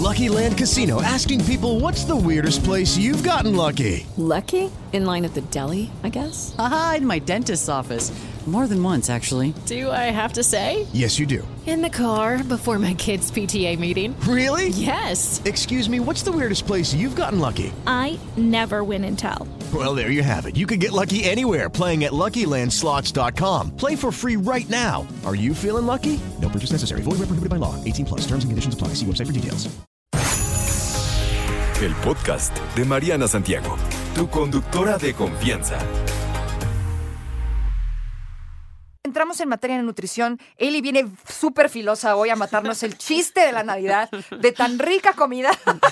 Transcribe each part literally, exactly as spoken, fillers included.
Lucky Land Casino, asking people, what's the weirdest place you've gotten lucky? Lucky? In line at the deli, I guess? Aha, in my dentist's office. More than once, actually. Do I have to say? Yes, you do. In the car before my kids' P T A meeting. Really? Yes. Excuse me, what's the weirdest place you've gotten lucky? I never win and tell. Well, there you have it. You can get lucky anywhere, playing at Lucky Land Slots dot com. Play for free right now. Are you feeling lucky? No purchase necessary. Void where prohibited by law. eighteen plus. Terms and conditions apply. See website for details. El podcast de Mariana Santiago, tu conductora de confianza. Entramos en materia de nutrición. Eli viene súper filosa hoy a matarnos el chiste de la Navidad, de tan rica comida.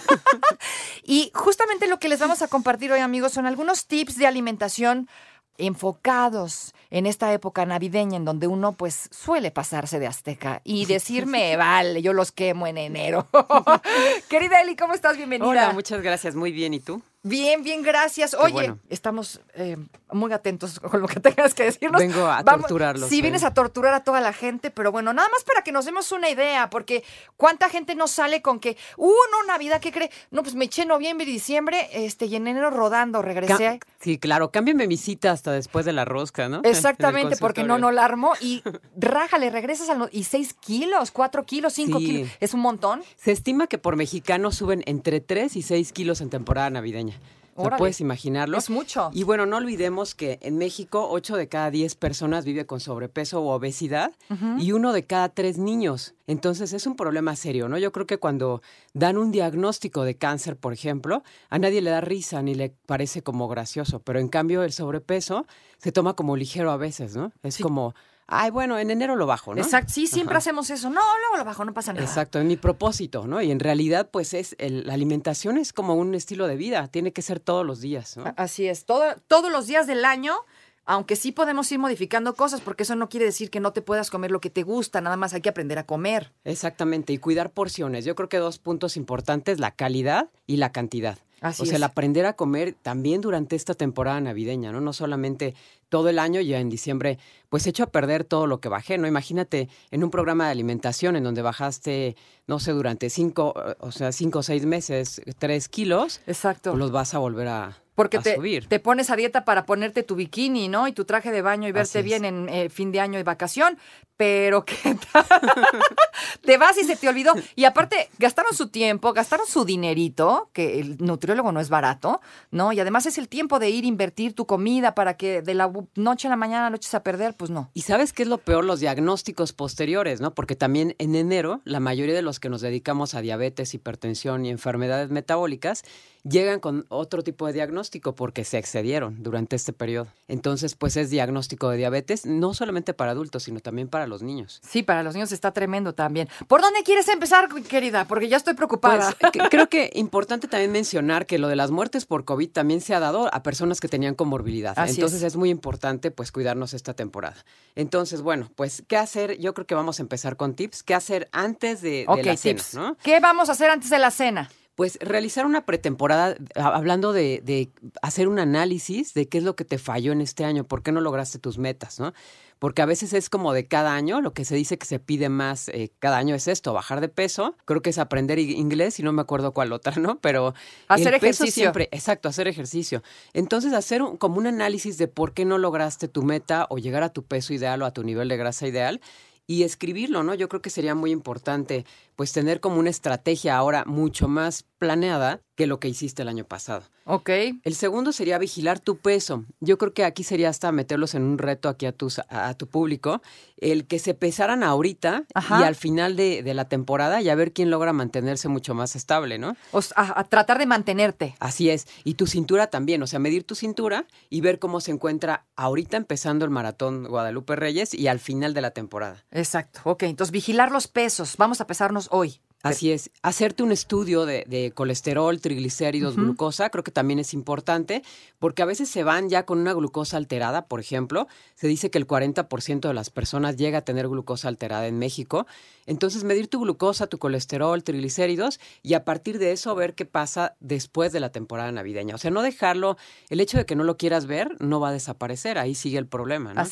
Y justamente lo que les vamos a compartir hoy, amigos, son algunos tips de alimentación enfocados en esta época navideña en donde uno pues suele pasarse de azteca y decirme, vale, yo los quemo en enero. Querida Eli, ¿cómo estás? Bienvenida. Hola, muchas gracias. Muy bien. ¿Y tú? Bien, bien, gracias. Oye, bueno. estamos eh, muy atentos con lo que tengas que decirnos. Vengo a Vamos, torturarlos. Sí, ¿eh? vienes a torturar a toda la gente, pero bueno, nada más para que nos demos una idea, porque cuánta gente nos sale con que, uh, no, Navidad, ¿qué cree? No, pues me eché noviembre y diciembre, este, y en enero rodando, regresé. Cam- sí, claro, cámbiame mi cita hasta después de la rosca, ¿no? Exactamente, porque no, no la armó y rájale, regresas a los, y seis kilos, cuatro kilos, cinco Sí. kilos, es un montón. Se estima que por mexicano suben entre tres y seis kilos en temporada navideña. O sea, Órale. puedes imaginarlo. Es mucho. Y bueno, no olvidemos que en México ocho de cada diez personas vive con sobrepeso o obesidad uh-huh. y uno de cada tres niños. Entonces es un problema serio, ¿no? Yo creo que cuando dan un diagnóstico de cáncer, por ejemplo, a nadie le da risa ni le parece como gracioso, pero en cambio el sobrepeso se toma como ligero a veces, ¿no? Es Sí. como... Ay, bueno, en enero lo bajo, ¿no? Exacto, sí, siempre Ajá. hacemos eso. No, luego lo bajo, no pasa nada. Exacto, es mi propósito, ¿no? Y en realidad, pues, es el, la alimentación es como un estilo de vida, tiene que ser todos los días, ¿no? Así es, todo, todos los días del año, aunque sí podemos ir modificando cosas, porque eso no quiere decir que no te puedas comer lo que te gusta, nada más hay que aprender a comer. Exactamente, y cuidar porciones. Yo creo que dos puntos importantes, la calidad y la cantidad. Así o sea, es. el aprender a comer también durante esta temporada navideña, ¿no? No solamente todo el año, ya en diciembre, pues echo a perder todo lo que bajé, ¿no? Imagínate en un programa de alimentación en donde bajaste, no sé, durante cinco, o sea, cinco o seis meses, tres kilos. Exacto. Pues los vas a volver a, Porque a te, subir. te pones a dieta para ponerte tu bikini, ¿no? Y tu traje de baño y verte Así bien es. en eh, fin de año y vacación. Pero ¿qué tal? Te vas y se te olvidó. Y aparte, gastaron su tiempo, gastaron su dinerito, que el nutriólogo no es barato, ¿no? Y además es el tiempo de ir a invertir tu comida para que de la noche a la mañana lo eches a perder, pues no. Y ¿sabes qué es lo peor? Los diagnósticos posteriores, ¿no? Porque también en enero, la mayoría de los que nos dedicamos a diabetes, hipertensión y enfermedades metabólicas llegan con otro tipo de diagnóstico porque se excedieron durante este periodo. Entonces, pues es diagnóstico de diabetes, no solamente para adultos, sino también para los niños. Sí, para los niños está tremendo también. ¿Por dónde quieres empezar, querida? Porque ya estoy preocupada. Pues que- creo que importante también mencionar que lo de las muertes por COVID también se ha dado a personas que tenían comorbilidad. Así Entonces es. es muy importante pues cuidarnos esta temporada. Entonces, bueno, pues ¿qué hacer? Yo creo que vamos a empezar con tips. ¿Qué hacer antes de, de Ok, la cena, tips. ¿no? ¿Qué vamos a hacer antes de la cena? Pues realizar una pretemporada, a- hablando de, de hacer un análisis de qué es lo que te falló en este año, por qué no lograste tus metas, ¿no? Porque a veces es como de cada año, lo que se dice que se pide más eh, cada año es esto, bajar de peso, creo que es aprender i- inglés y no me acuerdo cuál otra, ¿no? Pero Hacer el peso ejercicio. siempre, exacto, hacer ejercicio. Entonces hacer un- como un análisis de por qué no lograste tu meta o llegar a tu peso ideal o a tu nivel de grasa ideal y escribirlo, ¿no? Yo creo que sería muy importante pues tener como una estrategia ahora mucho más planeada que lo que hiciste el año pasado. Ok. El segundo sería vigilar tu peso. Yo creo que aquí sería hasta meterlos en un reto aquí a, tus, a, a tu público, el que se pesaran ahorita Ajá. y al final de, de la temporada y a ver quién logra mantenerse mucho más estable, ¿no? O sea, a, a tratar de mantenerte. Así es. Y tu cintura también, o sea, medir tu cintura y ver cómo se encuentra ahorita empezando el maratón Guadalupe Reyes y al final de la temporada. Exacto. Ok, entonces vigilar los pesos. Vamos a pesarnos hoy. Así es. Hacerte un estudio de, de colesterol, triglicéridos, Ujú. glucosa, creo que también es importante, porque a veces se van ya con una glucosa alterada, por ejemplo. Se dice que el cuarenta por ciento de las personas llega a tener glucosa alterada en México. Entonces, medir tu glucosa, tu colesterol, triglicéridos, y a partir de eso ver qué pasa después de la temporada navideña. O sea, no dejarlo, el hecho de que no lo quieras ver no va a desaparecer, ahí sigue el problema, ¿no? Así es.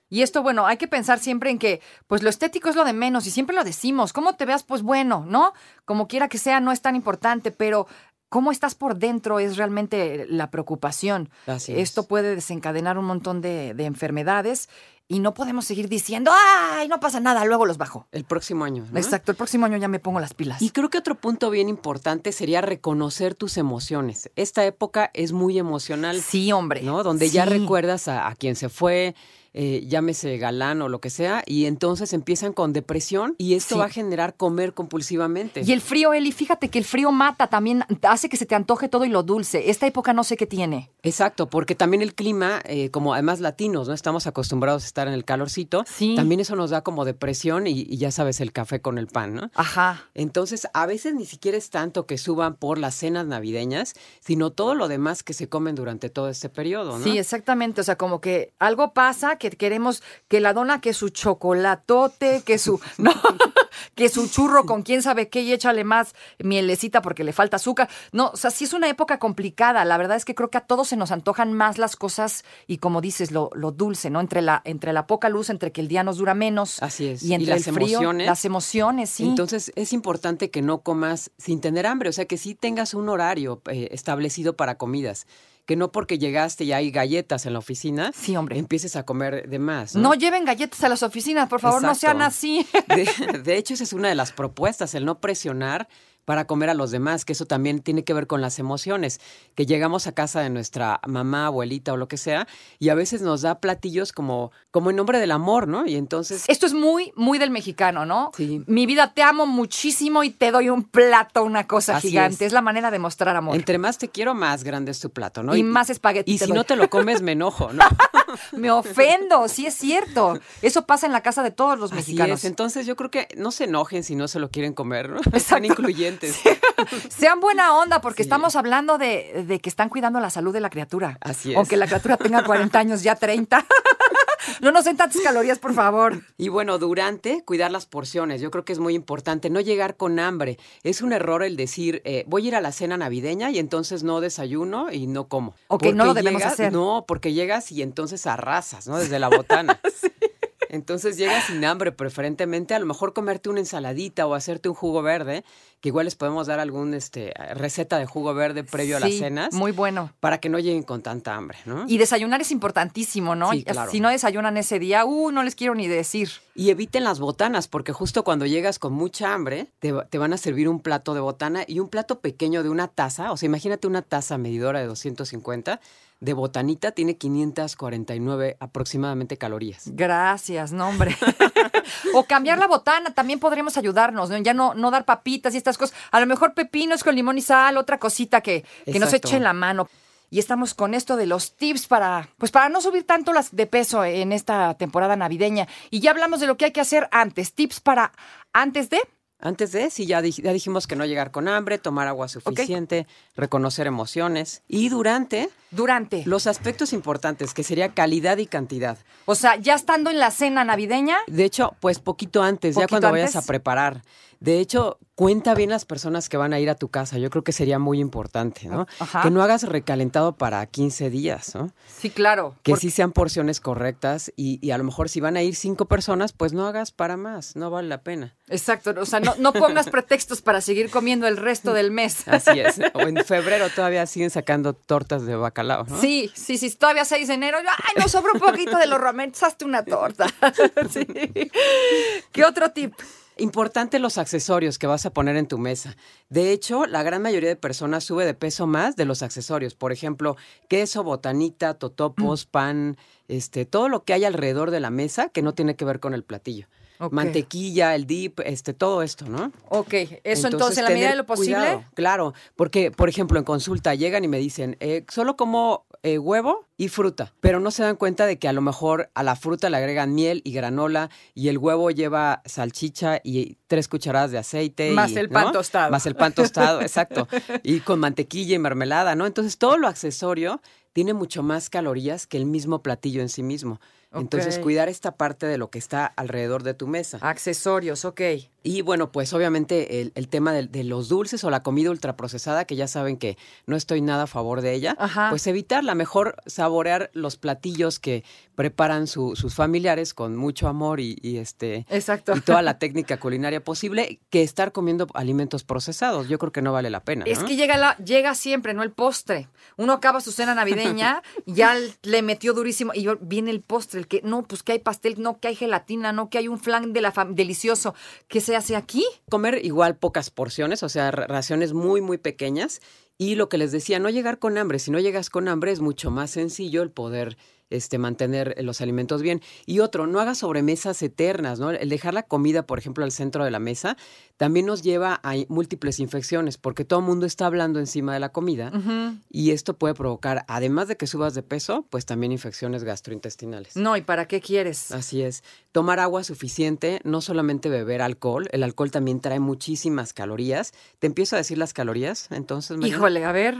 Y esto, bueno, hay que pensar siempre en que, pues lo estético es lo de menos y siempre lo decimos. Cómo te veas, pues bueno, ¿no? Como quiera que sea, no es tan importante, pero cómo estás por dentro es realmente la preocupación. Así es. Esto puede desencadenar un montón de, de enfermedades y no podemos seguir diciendo, ¡ay, no pasa nada, luego los bajo! El próximo año, ¿no? Exacto, el próximo año ya me pongo las pilas. Y creo que otro punto bien importante sería reconocer tus emociones. Esta época es muy emocional. Sí, hombre. ¿No? Donde sí. ya recuerdas a, a quien se fue, eh, llámese galán o lo que sea, y entonces empiezan con depresión y esto Sí. va a generar comer compulsivamente. Y el frío, Eli, fíjate que el frío mata también, hace que se te antoje todo y lo dulce. Esta época no sé qué tiene. Exacto, porque también el clima, eh, como además latinos, ¿no? Estamos acostumbrados a estar en el calorcito, Sí. también eso nos da como depresión y, y ya sabes, el café con el pan, ¿no? Ajá. Entonces, a veces ni siquiera es tanto que suban por las cenas navideñas, sino todo lo demás que se comen durante todo este periodo, ¿no? Sí, exactamente. O sea, como que algo pasa que queremos que la dona, que su chocolatote, que su, no, que su churro con quién sabe qué y échale más mielecita porque le falta azúcar. No, o sea, sí es una época complicada. La verdad es que creo que a todos se nos antojan más las cosas y como dices, lo, lo dulce, ¿no? Entre la, entre la poca luz, entre que el día nos dura menos. Así es. Y entre Y las el frío, emociones. las emociones, sí. Entonces, es importante que no comas sin tener hambre, o sea, que sí tengas un horario eh, establecido para comidas. Que no porque llegaste y hay galletas en la oficina, Sí, hombre. empieces a comer de más. No No, lleven galletas a las oficinas, por favor, no Exacto. sean así. De, de hecho, esa es una de las propuestas, el no presionar para comer a los demás, que eso también tiene que ver con las emociones, que llegamos a casa de nuestra mamá, abuelita o lo que sea, y a veces nos da platillos como, como en nombre del amor, ¿no? Y entonces... Esto es muy, muy del mexicano, ¿no? Sí. Mi vida, te amo muchísimo y te doy un plato, una cosa Así gigante. es. Es la manera de mostrar amor. Entre más te quiero, más grande es tu plato, ¿no? Y más espagueti Y te si doy. no te lo comes, me enojo, ¿no? Me ofendo, sí es cierto. Eso pasa en la casa de todos los Así mexicanos. es. Entonces yo creo que no se enojen si no se lo quieren comer, ¿no? Exacto. Están incluyentes. Sean buena onda, porque Sí. estamos hablando de, de que están cuidando la salud de la criatura. Así es. Aunque la criatura tenga cuarenta años, ya treinta. No nos den tantas calorías, por favor. Y bueno, durante, cuidar las porciones. Yo creo que es muy importante no llegar con hambre. Es un error el decir, eh, voy a ir a la cena navideña y entonces no desayuno y no como. Ok, Porque no lo debemos llegas- hacer. No, porque llegas y entonces arrasas, ¿no? Desde la botana. Entonces llegas sin hambre, preferentemente, a lo mejor comerte una ensaladita o hacerte un jugo verde, que igual les podemos dar algún este, receta de jugo verde previo a las Sí, cenas. muy bueno. Para que no lleguen con tanta hambre, ¿no? Y desayunar es importantísimo, ¿no? Sí, claro. Si no desayunan ese día, uh, no les quiero ni decir. Y eviten las botanas, porque justo cuando llegas con mucha hambre, te, va- te van a servir un plato de botana y un plato pequeño de una taza. O sea, imagínate una taza medidora de doscientos cincuenta de botanita, tiene quinientas cuarenta y nueve aproximadamente calorías. Gracias, no, hombre. O cambiar la botana, también podríamos ayudarnos, ¿no? Ya no, no dar papitas y estas cosas. A lo mejor pepinos con limón y sal, otra cosita que, que nos Exacto. eche en la mano. Y estamos con esto de los tips para, pues para no subir tanto las de peso en esta temporada navideña. Y ya hablamos de lo que hay que hacer antes. Tips para antes de... Antes de, sí, ya, dij- ya dijimos que no llegar con hambre, tomar agua suficiente, reconocer emociones. Y durante, Durante. los aspectos importantes, que sería calidad y cantidad. O sea, ya estando en la cena navideña, De hecho, pues poquito antes, ya ¿Poquito cuando vayas antes? a preparar. De hecho, cuenta bien las personas que van a ir a tu casa. Yo creo que sería muy importante, ¿no? Ajá. Que no hagas recalentado para quince días, ¿no? sí, claro. Que porque- sí sean porciones correctas y, y a lo mejor si van a ir cinco personas, pues no hagas para más, no vale la pena. Exacto, o sea, no, no pongas pretextos para seguir comiendo el resto del mes. Así es. O en febrero todavía siguen sacando tortas de bacalao, ¿no? Sí, sí, sí, todavía seis de enero, ay, nos sobró un poquito de los ramentos, hazte una torta. Sí. ¿Qué otro tip? Importante los accesorios que vas a poner en tu mesa. De hecho, la gran mayoría de personas sube de peso más de los accesorios. Por ejemplo, queso, botanita, totopos, pan, este, todo lo que hay alrededor de la mesa que no tiene que ver con el platillo. Ok. Mantequilla, el dip, este, todo esto, ¿no? Ok, eso entonces, en la medida tener de lo posible. cuidado, claro, porque, por ejemplo, en consulta llegan y me dicen, eh, solo como eh, huevo y fruta, pero no se dan cuenta de que a lo mejor a la fruta le agregan miel y granola y el huevo lleva salchicha y tres cucharadas de aceite. Más y, el pan ¿no? tostado. Más el pan tostado, exacto. Y con mantequilla y mermelada, ¿no? Entonces, todo lo accesorio tiene mucho más calorías que el mismo platillo en sí mismo. Entonces, Ok. cuidar esta parte de lo que está alrededor de tu mesa. Accesorios, ok. Y bueno, pues obviamente el, el tema de, de los dulces o la comida ultraprocesada, que ya saben que no estoy nada a favor de ella, Ajá. pues evitarla, mejor saborear los platillos que preparan su, sus familiares con mucho amor y, y este Exacto. y toda la técnica culinaria posible, que estar comiendo alimentos procesados. Yo creo que no vale la pena, ¿no? Es que llega, la, llega siempre, no el postre. Uno acaba su cena navideña, ya le metió durísimo y viene el postre, el que no, pues que hay pastel, no, que hay gelatina, no, que hay un flan de la fam- delicioso. ¿Qué se hace aquí? Comer igual pocas porciones, o sea, raciones muy, muy pequeñas. Y lo que les decía, no llegar con hambre. Si no llegas con hambre, es mucho más sencillo el poder este, mantener los alimentos bien. Y otro, no hagas sobremesas eternas, ¿no? El dejar la comida, por ejemplo, al centro de la mesa, también nos lleva a múltiples infecciones, porque todo el mundo está hablando encima de la comida. Uh-huh. Y esto puede provocar, además de que subas de peso, pues también infecciones gastrointestinales. No, ¿y para qué quieres? Así es. Tomar agua suficiente, no solamente beber alcohol. El alcohol también trae muchísimas calorías. ¿Te empiezo a decir las calorías? Entonces, Mariana. Híjole, a ver,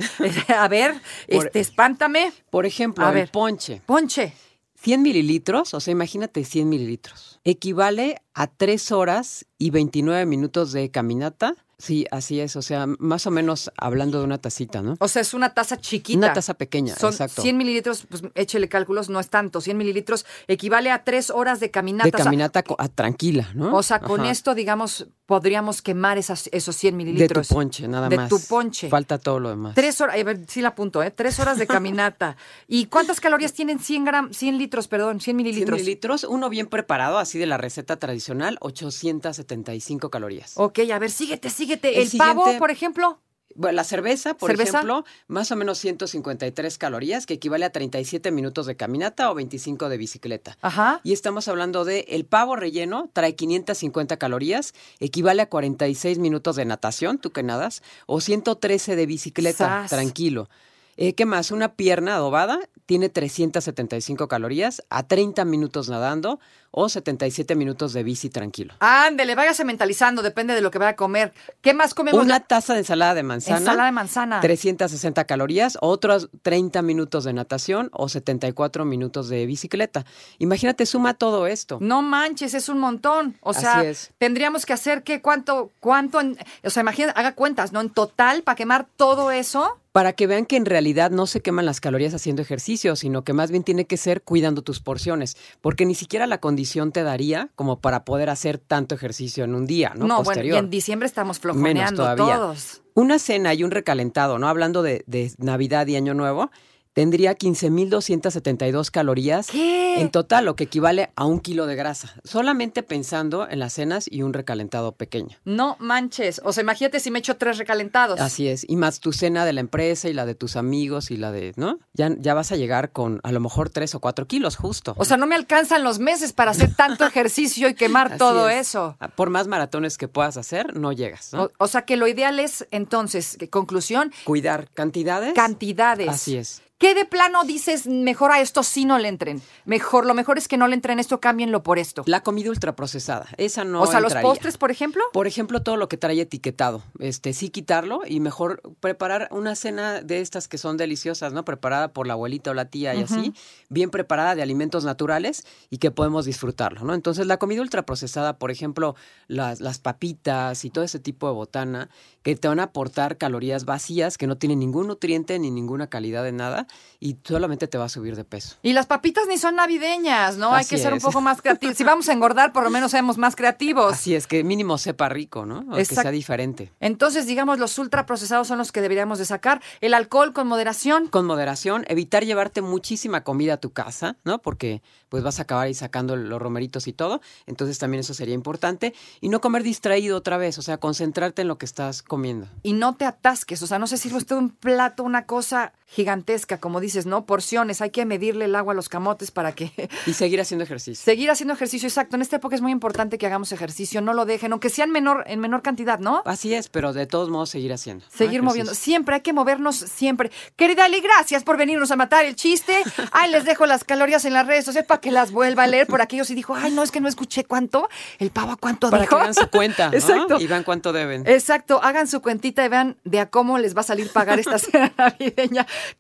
a ver, por, este, espántame. Por ejemplo, a el ver. ponche. Ponche. cien mililitros, o sea, imagínate cien mililitros. Equivale a tres horas y veintinueve minutos de caminata. Sí, así es, o sea, más o menos hablando de una tacita, ¿no? O sea, es una taza chiquita. Una taza pequeña, Son exacto. cien mililitros, pues échele cálculos, no es tanto. cien mililitros equivale a tres horas de caminata. De caminata o sea, a, tranquila, ¿no? O sea, con Ajá. esto, digamos, podríamos quemar esas, esos cien mililitros. De tu ponche, nada de más. De tu ponche. Falta todo lo demás. Tres horas, a ver, sí la apunto, ¿eh? Tres horas de caminata. ¿Y cuántas calorías tienen cien gramos, cien litros, perdón, cien mililitros? cien mililitros, uno bien preparado, así de la receta tradicional, ochocientas setenta y cinco calorías. Ok, a ver, síguete, síguete. El El, siguiente, pavo, por ejemplo. Bueno, la cerveza, por ¿Cerveza? ejemplo, más o menos ciento cincuenta y tres calorías, que equivale a treinta y siete minutos de caminata o veinticinco de bicicleta. Ajá. Y estamos hablando de el pavo relleno, trae quinientas cincuenta calorías, equivale a cuarenta y seis minutos de natación, tú que nadas, o ciento trece de bicicleta, ¡Sas! Tranquilo. Eh, ¿Qué más? Una pierna adobada tiene trescientas setenta y cinco calorías, a treinta minutos nadando o setenta y siete minutos de bici tranquilo. Ándele, váyase mentalizando, depende de lo que vaya a comer. ¿Qué más comemos? Una La... taza de ensalada de manzana. Ensalada de manzana. trescientas sesenta calorías, otros treinta minutos de natación o setenta y cuatro minutos de bicicleta. Imagínate, suma todo esto. No manches, es un montón. O sea, Así es. tendríamos que hacer que cuánto, cuánto, en, o sea, imagínate, haga cuentas, ¿no? En total, para quemar todo eso. Para que vean que en realidad no se queman las calorías haciendo ejercicio, sino que más bien tiene que ser cuidando tus porciones, porque ni siquiera la condición te daría como para poder hacer tanto ejercicio en un día, ¿no? No, Posterior. bueno, y en diciembre estamos Menos flojoneando todavía. todos. Una cena y un recalentado, ¿no? Hablando de, de Navidad y Año Nuevo, tendría quince mil doscientas setenta y dos calorías ¿Qué? en total, lo que equivale a un kilo de grasa, solamente pensando en las cenas y un recalentado pequeño. No manches. O sea, imagínate si me echo tres recalentados. Así es, y más tu cena de la empresa y la de tus amigos y la de, ¿no? Ya, ya vas a llegar con a lo mejor tres o cuatro kilos justo. O sea, no me alcanzan los meses para hacer tanto ejercicio y quemar Así todo es. eso. Por más maratones que puedas hacer, no llegas, ¿no? O, o sea, que lo ideal es, entonces, que- conclusión, Cuidar cantidades. cantidades. Así es. ¿Qué de plano dices, mejor a esto sí no le entren? Mejor, lo mejor es que no le entren esto, cámbienlo por esto. La comida ultraprocesada, esa no o sea, los entraría. postres, por ejemplo. Por ejemplo, todo lo que trae etiquetado, este, sí quitarlo y mejor preparar una cena de estas que son deliciosas, ¿no? Preparada por la abuelita o la tía y Ujú. así, bien preparada de alimentos naturales y que podemos disfrutarlo, ¿no? Entonces, la comida ultraprocesada, por ejemplo, las, las papitas y todo ese tipo de botana, que te van a aportar calorías vacías, que no tienen ningún nutriente ni ninguna calidad de nada y solamente te va a subir de peso. Y las papitas ni son navideñas, ¿no? Hay Así que ser un es. poco más creativos. Si vamos a engordar, por lo menos seamos más creativos. Así es, que mínimo sepa rico, ¿no? O que Exacto. sea diferente. Entonces, digamos, los ultraprocesados son los que deberíamos de sacar. El alcohol con moderación. Con moderación, evitar llevarte muchísima comida a tu casa, ¿no? Porque pues vas a acabar ahí sacando los romeritos y todo, entonces también eso sería importante. Y no comer distraído otra vez, o sea, concentrarte en lo que estás comiendo. Y no te atasques, o sea, no se sirve usted un plato, una cosa gigantesca, como dices, ¿no? Porciones, hay que medirle el agua a los camotes para que... Y seguir haciendo ejercicio. Seguir haciendo ejercicio, exacto. En esta época es muy importante que hagamos ejercicio, no lo dejen, aunque sea en menor, en menor cantidad, ¿no? Así es, pero de todos modos seguir haciendo. ¿no? Seguir Ejercicio. moviendo. Siempre hay que movernos, siempre. Querida Ali, gracias por venirnos a matar el chiste. Ay, les dejo las calorías en las redes sociales para que las vuelva a leer por aquellos y dijo, ay, no, es que no escuché cuánto. El pavo, ¿a cuánto Para dijo? que hagan su cuenta, ¿no? Exacto. Y vean cuánto deben. Exacto, hagan su cuentita y vean de a cómo les va a salir pagar esta cena navideña. Querida Ali,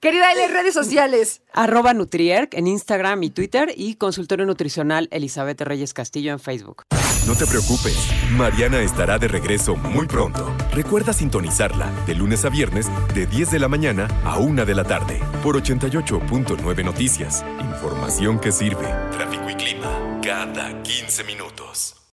Oye, redes sociales. Arroba Nutrierc en Instagram y Twitter y Consultorio Nutricional Elizabeth Reyes Castillo en Facebook. No te preocupes, Mariana estará de regreso muy pronto. Recuerda sintonizarla de lunes a viernes de diez de la mañana a una de la tarde por ochenta y ocho punto nueve Noticias. Información que sirve. Tráfico y clima cada quince minutos.